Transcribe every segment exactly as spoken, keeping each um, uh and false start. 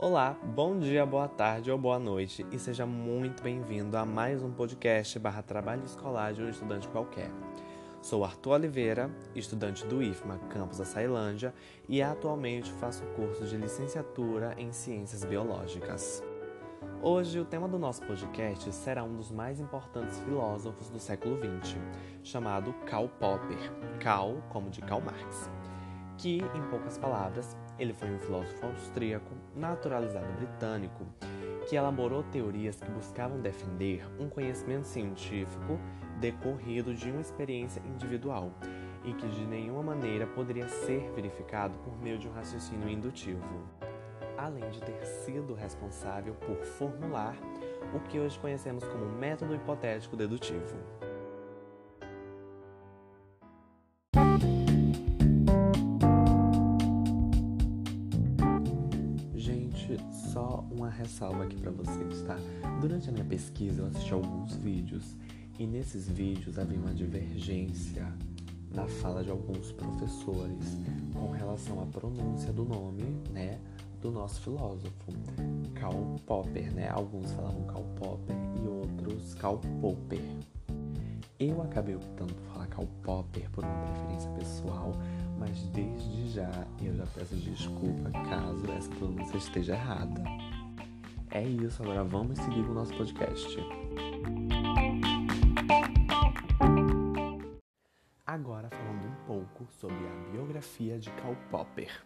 Olá, bom dia, boa tarde ou boa noite e seja muito bem-vindo a mais um podcast barra trabalho escolar de um estudante qualquer. Sou Arthur Oliveira, estudante do I F M A Campus Açailândia e atualmente faço curso de licenciatura em Ciências Biológicas. Hoje o tema do nosso podcast será um dos mais importantes filósofos do século vinte, chamado Karl Popper, Karl como de Karl Marx, que, em poucas palavras, ele foi um filósofo austríaco, naturalizado britânico, que elaborou teorias que buscavam defender um conhecimento científico decorrido de uma experiência individual e que de nenhuma maneira poderia ser verificado por meio de um raciocínio indutivo, além de ter sido responsável por formular o que hoje conhecemos como método hipotético dedutivo. Gente, só uma ressalva aqui pra vocês, tá? Durante a minha pesquisa eu assisti alguns vídeos e nesses vídeos havia uma divergência na fala de alguns professores com relação à pronúncia do nome, né, do nosso filósofo, Karl Popper, né? Alguns falavam Karl Popper e outros Karl Popper. Eu acabei optando por falar Karl Popper por uma preferência pessoal, mas desde já eu já peço desculpa caso essa pronúncia esteja errada. É isso, agora vamos seguir o nosso podcast. Agora falando um pouco sobre a biografia de Karl Popper.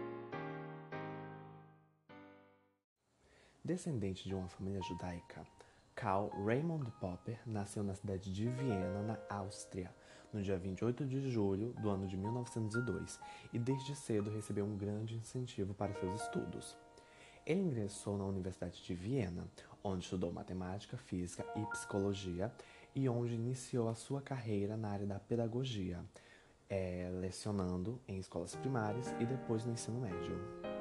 Descendente de uma família judaica, Karl Raimund Popper nasceu na cidade de Viena, na Áustria, no dia vinte e oito de julho do ano de mil novecentos e dois, e desde cedo recebeu um grande incentivo para seus estudos. Ele ingressou na Universidade de Viena, onde estudou matemática, física e psicologia, e onde iniciou a sua carreira na área da pedagogia, é, lecionando em escolas primárias e depois no ensino médio.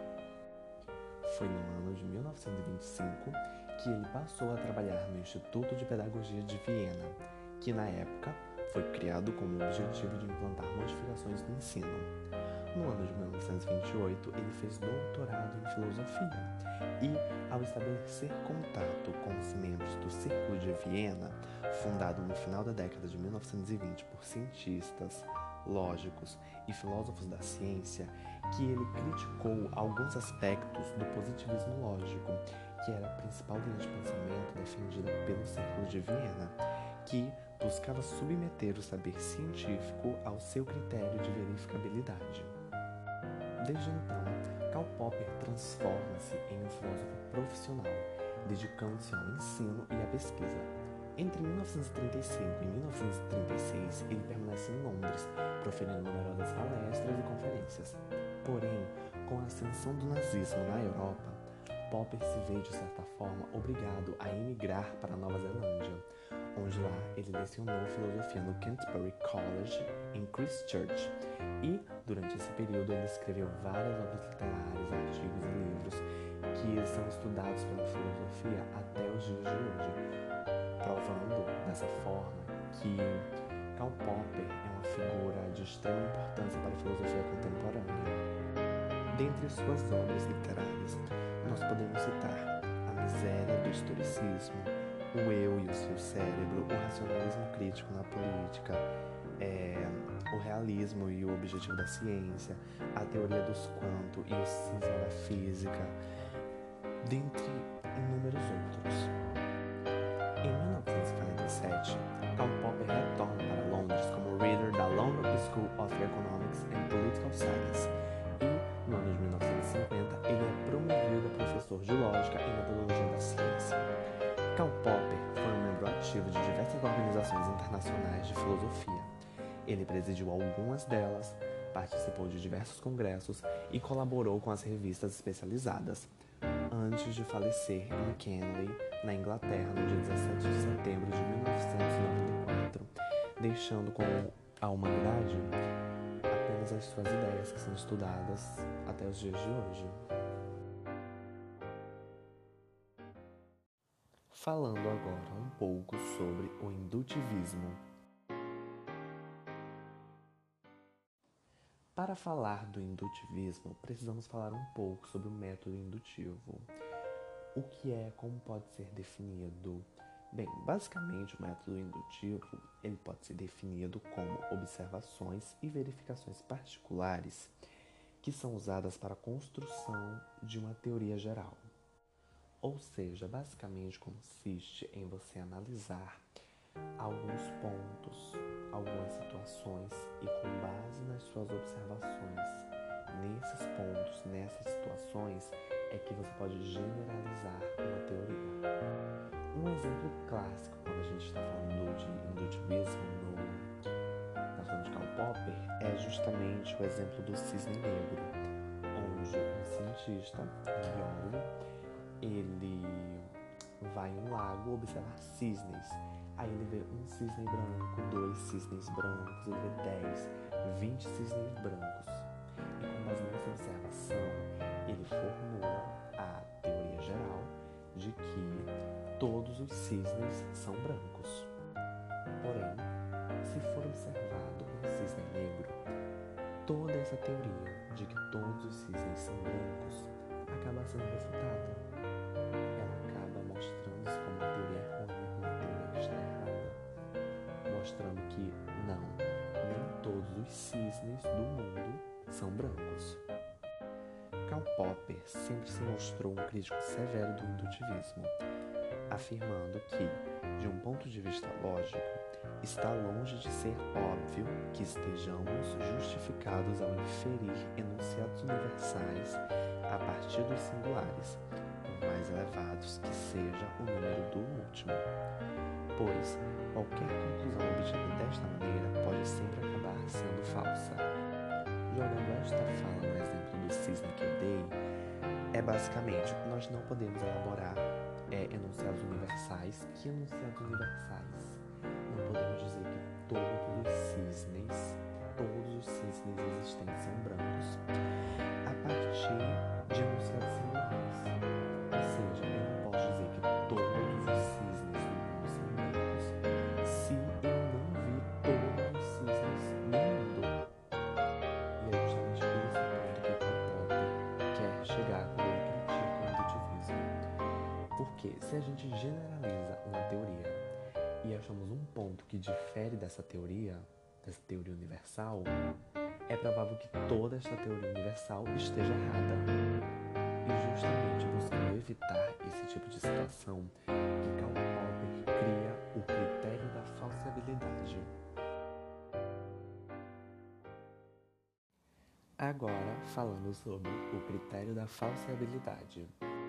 Foi no ano de mil novecentos e vinte e cinco que ele passou a trabalhar no Instituto de Pedagogia de Viena, que na época foi criado com o objetivo de implantar modificações no ensino. No ano de mil novecentos e vinte e oito, ele fez doutorado em filosofia e, ao estabelecer contato com os membros do Círculo de Viena, fundado no final da década de mil novecentos e vinte por cientistas, lógicos e filósofos da ciência, que ele criticou alguns aspectos do positivismo lógico, que era a principal linha de pensamento defendida pelo Círculo de Viena, que buscava submeter o saber científico ao seu critério de verificabilidade. Desde então, Karl Popper transforma-se em um filósofo profissional, dedicando-se ao ensino e à pesquisa. Entre mil novecentos e trinta e cinco e mil novecentos e trinta e seis, ele permanece em Londres, proferindo numerosas palestras e conferências. Porém, com a ascensão do nazismo na Europa, Popper se vê, de certa forma, obrigado a emigrar para a Nova Zelândia, onde lá ele lecionou filosofia no Canterbury College, em Christchurch, e, durante esse período, ele escreveu várias obras literárias, artigos e livros que são estudados pela filosofia até os dias de hoje, provando, dessa forma, que Karl Popper é uma figura de extrema importância para a filosofia contemporânea. Dentre suas obras literárias, nós podemos citar A Miséria do Historicismo, O Eu e o Seu Cérebro, O Racionalismo Crítico na Política, é, O Realismo e o Objetivo da Ciência, A Teoria dos Quanto e o Cisma da Física, dentre inúmeros outros. Em mil novecentos e quarenta e sete, Karl Popper retorna para Londres como reader da London School of Economics and Political Science e, no ano de mil novecentos e cinquenta, ele é promovido a professor de Lógica e Metodologia da Ciência. Karl Popper foi um membro ativo de diversas organizações internacionais de filosofia. Ele presidiu algumas delas, participou de diversos congressos e colaborou com as revistas especializadas, antes de falecer em Canley, na Inglaterra, no dia dezessete de setembro de mil novecentos e noventa e quatro, deixando com a humanidade apenas as suas ideias que são estudadas até os dias de hoje. Falando agora um pouco sobre o indutivismo. Para Para falar do indutivismo, precisamos falar um pouco sobre o método indutivo. O que é, como pode ser definido? Bem, basicamente o método indutivo ele pode ser definido como observações e verificações particulares que são usadas para a construção de uma teoria geral. Ou seja, basicamente consiste em você analisar alguns pontos, algumas situações e com base nas suas observações, nesses pontos, nessas situações, é que você pode generalizar uma teoria. Um exemplo clássico quando a gente está falando de indutivismo no, na falando de Karl Popper é justamente o exemplo do cisne negro, onde um cientista, um biólogo, ele vai em um lago observar cisnes. Aí ele vê um cisne branco, dois cisnes brancos, ele vê dez, vinte cisnes brancos. E com base nessa observação, ele formula a teoria geral de que todos os cisnes são brancos. Porém, se for observado um cisne negro, toda essa teoria de que todos os cisnes são brancos acaba sendo refutada. Ela acaba mostrando-se como uma teoria errônea, como uma teoria que está errada, mostrando que não, nem todos os cisnes do mundo são brancos. Karl Popper sempre se mostrou um crítico severo do indutivismo, afirmando que, de um ponto de vista lógico, está longe de ser óbvio que estejamos justificados ao inferir enunciados universais a partir dos singulares, por mais elevados que seja o número do último, pois qualquer conclusão obtida desta maneira pode sempre acabar sendo falsa. Jogando esta fala no exemplo do cisne que eu dei, é basicamente, nós não podemos elaborar é, enunciados universais. Que enunciados universais? Não podemos dizer que todos os cisnes, todos os cisnes existentes são brancos a partir de enunciados singulares. Ou seja, eu não posso dizer que todos os cisnes do mundo são brancos se eu não vi todos os cisnes do mundo. E é justamente esse ponto que Karl Popper quer chegar quando ele critica o indutivismo. Porque se a gente generaliza uma teoria e achamos um ponto que difere dessa teoria, dessa teoria universal, é provável que toda esta teoria universal esteja errada. E justamente buscando evitar esse tipo de situação, que Karl Popper cria o critério da falsibilidade. Agora, falando sobre o critério da falsibilidade.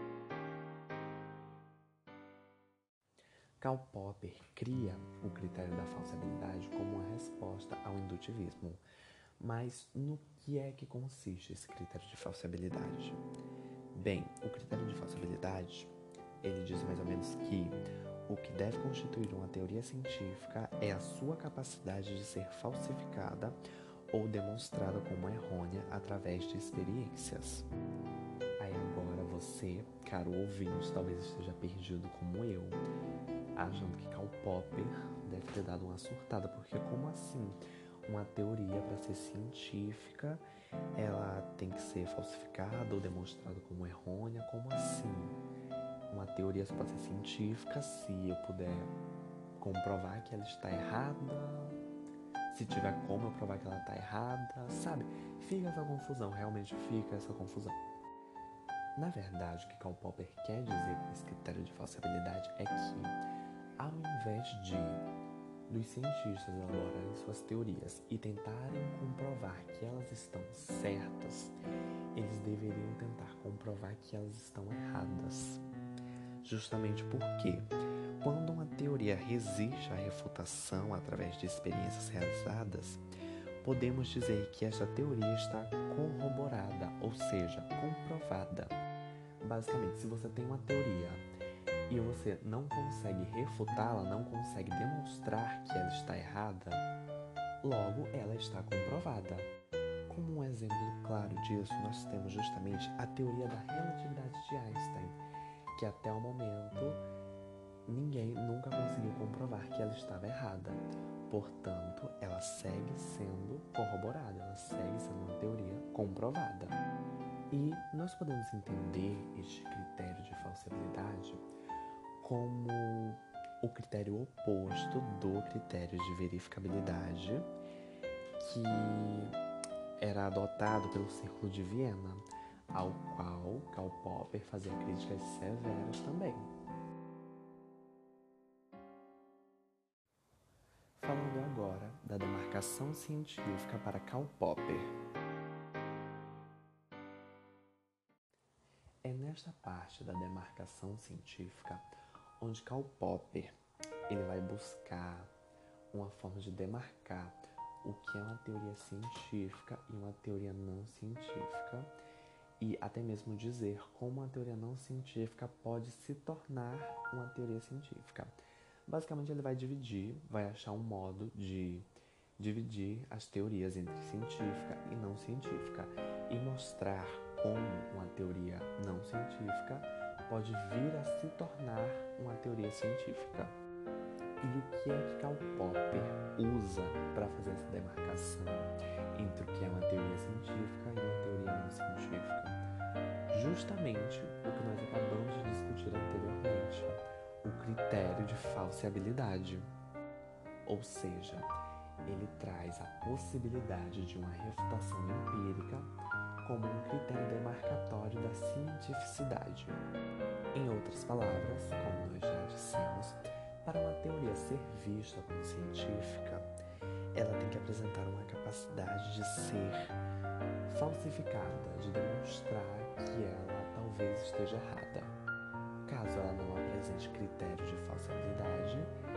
Karl Popper cria o critério da falsibilidade como uma resposta ao indutivismo. Mas no que é que consiste esse critério de falsibilidade? Bem, o critério de falsibilidade, ele diz mais ou menos que o que deve constituir uma teoria científica é a sua capacidade de ser falsificada ou demonstrada como errônea através de experiências. Aí agora você, caro ouvinte, talvez esteja perdido como eu, achando que Karl Popper deve ter dado uma surtada, porque como assim? Uma teoria, para ser científica, ela tem que ser falsificada ou demonstrada como errônea? Como assim? Uma teoria só pode ser científica se eu puder comprovar que ela está errada, se tiver como eu provar que ela está errada, sabe? Fica essa confusão, realmente fica essa confusão. Na verdade, o que Karl Popper quer dizer com esse critério de falsibilidade é que, ao invés de dos cientistas elaborarem suas teorias e tentarem comprovar que elas estão certas, eles deveriam tentar comprovar que elas estão erradas. Justamente porque, quando uma teoria resiste à refutação através de experiências realizadas, podemos dizer que esta teoria está corroborada, ou seja, comprovada. Basicamente, se você tem uma teoria e você não consegue refutá-la, não consegue demonstrar que ela está errada, logo ela está comprovada. Como um exemplo claro disso, nós temos justamente a teoria da relatividade de Einstein, que até o momento ninguém nunca conseguiu comprovar que ela estava errada. Portanto, ela segue sendo corroborada, ela segue sendo uma teoria comprovada. E nós podemos entender este critério de falsibilidade como o critério oposto do critério de verificabilidade que era adotado pelo Círculo de Viena, ao qual Karl Popper fazia críticas severas também. Falando agora da demarcação científica para Karl Popper. É nesta parte da demarcação científica onde Karl Popper ele vai buscar uma forma de demarcar o que é uma teoria científica e uma teoria não científica, e até mesmo dizer como uma teoria não científica pode se tornar uma teoria científica. Basicamente, ele vai dividir, vai achar um modo de dividir as teorias entre científica e não científica e mostrar como uma teoria não científica pode vir a se tornar uma teoria científica. E o que é que Karl Popper usa para fazer essa demarcação entre o que é uma teoria científica e uma teoria não científica? Justamente o que nós acabamos de discutir anteriormente, o critério de falsibilidade. Ou seja, ele traz a possibilidade de uma refutação empírica como um critério demarcatório da cientificidade. Em outras palavras, como nós já dissemos, para uma teoria ser vista como científica, ela tem que apresentar uma capacidade de ser falsificada, de demonstrar que ela talvez esteja errada. Caso ela não apresente critério de falsibilidade,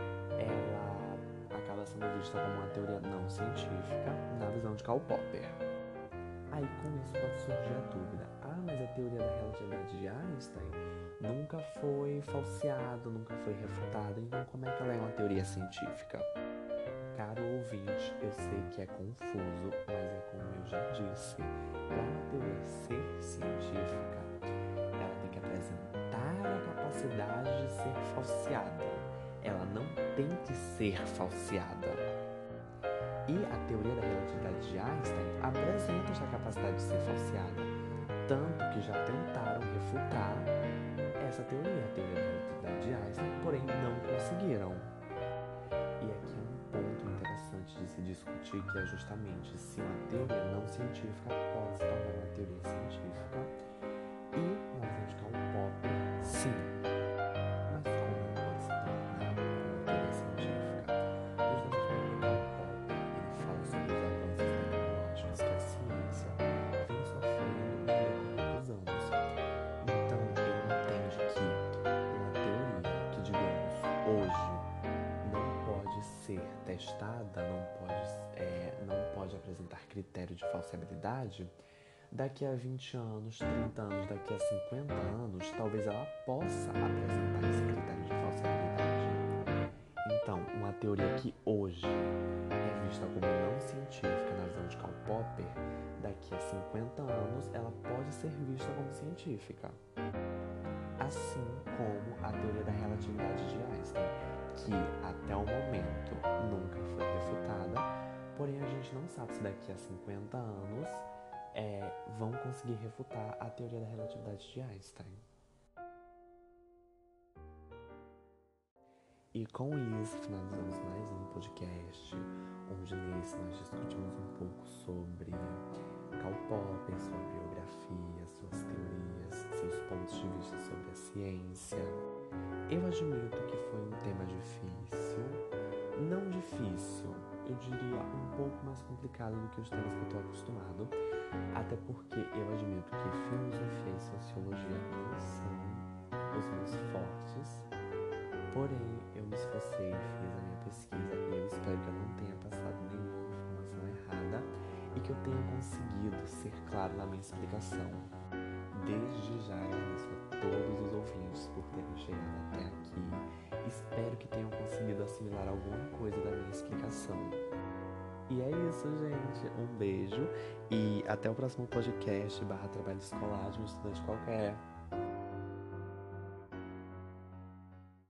ela acaba sendo vista como uma teoria não científica na visão de Karl Popper. Aí com isso pode surgir a dúvida: ah, mas a teoria da relatividade de Einstein nunca foi falseada, nunca foi refutada, então como é que ela é uma teoria científica? Caro ouvinte, eu sei que é confuso, mas é como eu já disse, para uma teoria ser científica, ela tem que apresentar a capacidade de ser falseada. Ela não tem que ser falseada. E a teoria da relatividade de Einstein apresenta essa capacidade de ser falseada, tanto que já tentaram refutar essa teoria, a teoria da relatividade de Einstein, porém não conseguiram. E aqui é um ponto interessante de se discutir, que é justamente se uma teoria não científica pode se tornar uma teoria científica. E nós vamos Karl Popper, sim. Mas como ela pode se tornar uma teoria científica? Justamente porque Karl Popper ele fala sobre os avanços tecnológicos que a ciência vem sofrendo no decorrer dos anos. Então ele entende que uma teoria que, digamos, hoje ser testada, não pode, é, não pode apresentar critério de falsibilidade, daqui a vinte anos, trinta anos, daqui a cinquenta anos, talvez ela possa apresentar esse critério de falsibilidade. Então, uma teoria que hoje é vista como não científica na visão de Karl Popper, daqui a cinquenta anos ela pode ser vista como científica. Assim como a teoria da relatividade de Einstein, que até o momento nunca foi refutada, porém a gente não sabe se daqui a cinquenta anos é, vão conseguir refutar a teoria da relatividade de Einstein. E com isso finalizamos mais um podcast, onde nesse nós discutimos um pouco sobre Karl Popper, sua biografia, suas teorias, seus pontos de vista sobre a ciência. Eu admito que foi um tema difícil, não difícil, eu diria um pouco mais complicado do que os temas que eu estou acostumado, até porque eu admito que filosofia e sociologia não são os meus fortes, porém eu me esforcei, fiz a minha pesquisa e eu espero que eu não tenha passado nenhuma informação errada e que eu tenha conseguido ser claro na minha explicação. Desde já agradeço a todos os ouvintes por terem chegado até aqui. Espero que tenham conseguido assimilar alguma coisa da minha explicação. E é isso, gente. Um beijo e até o próximo podcast barra trabalho escolar de um estudante qualquer.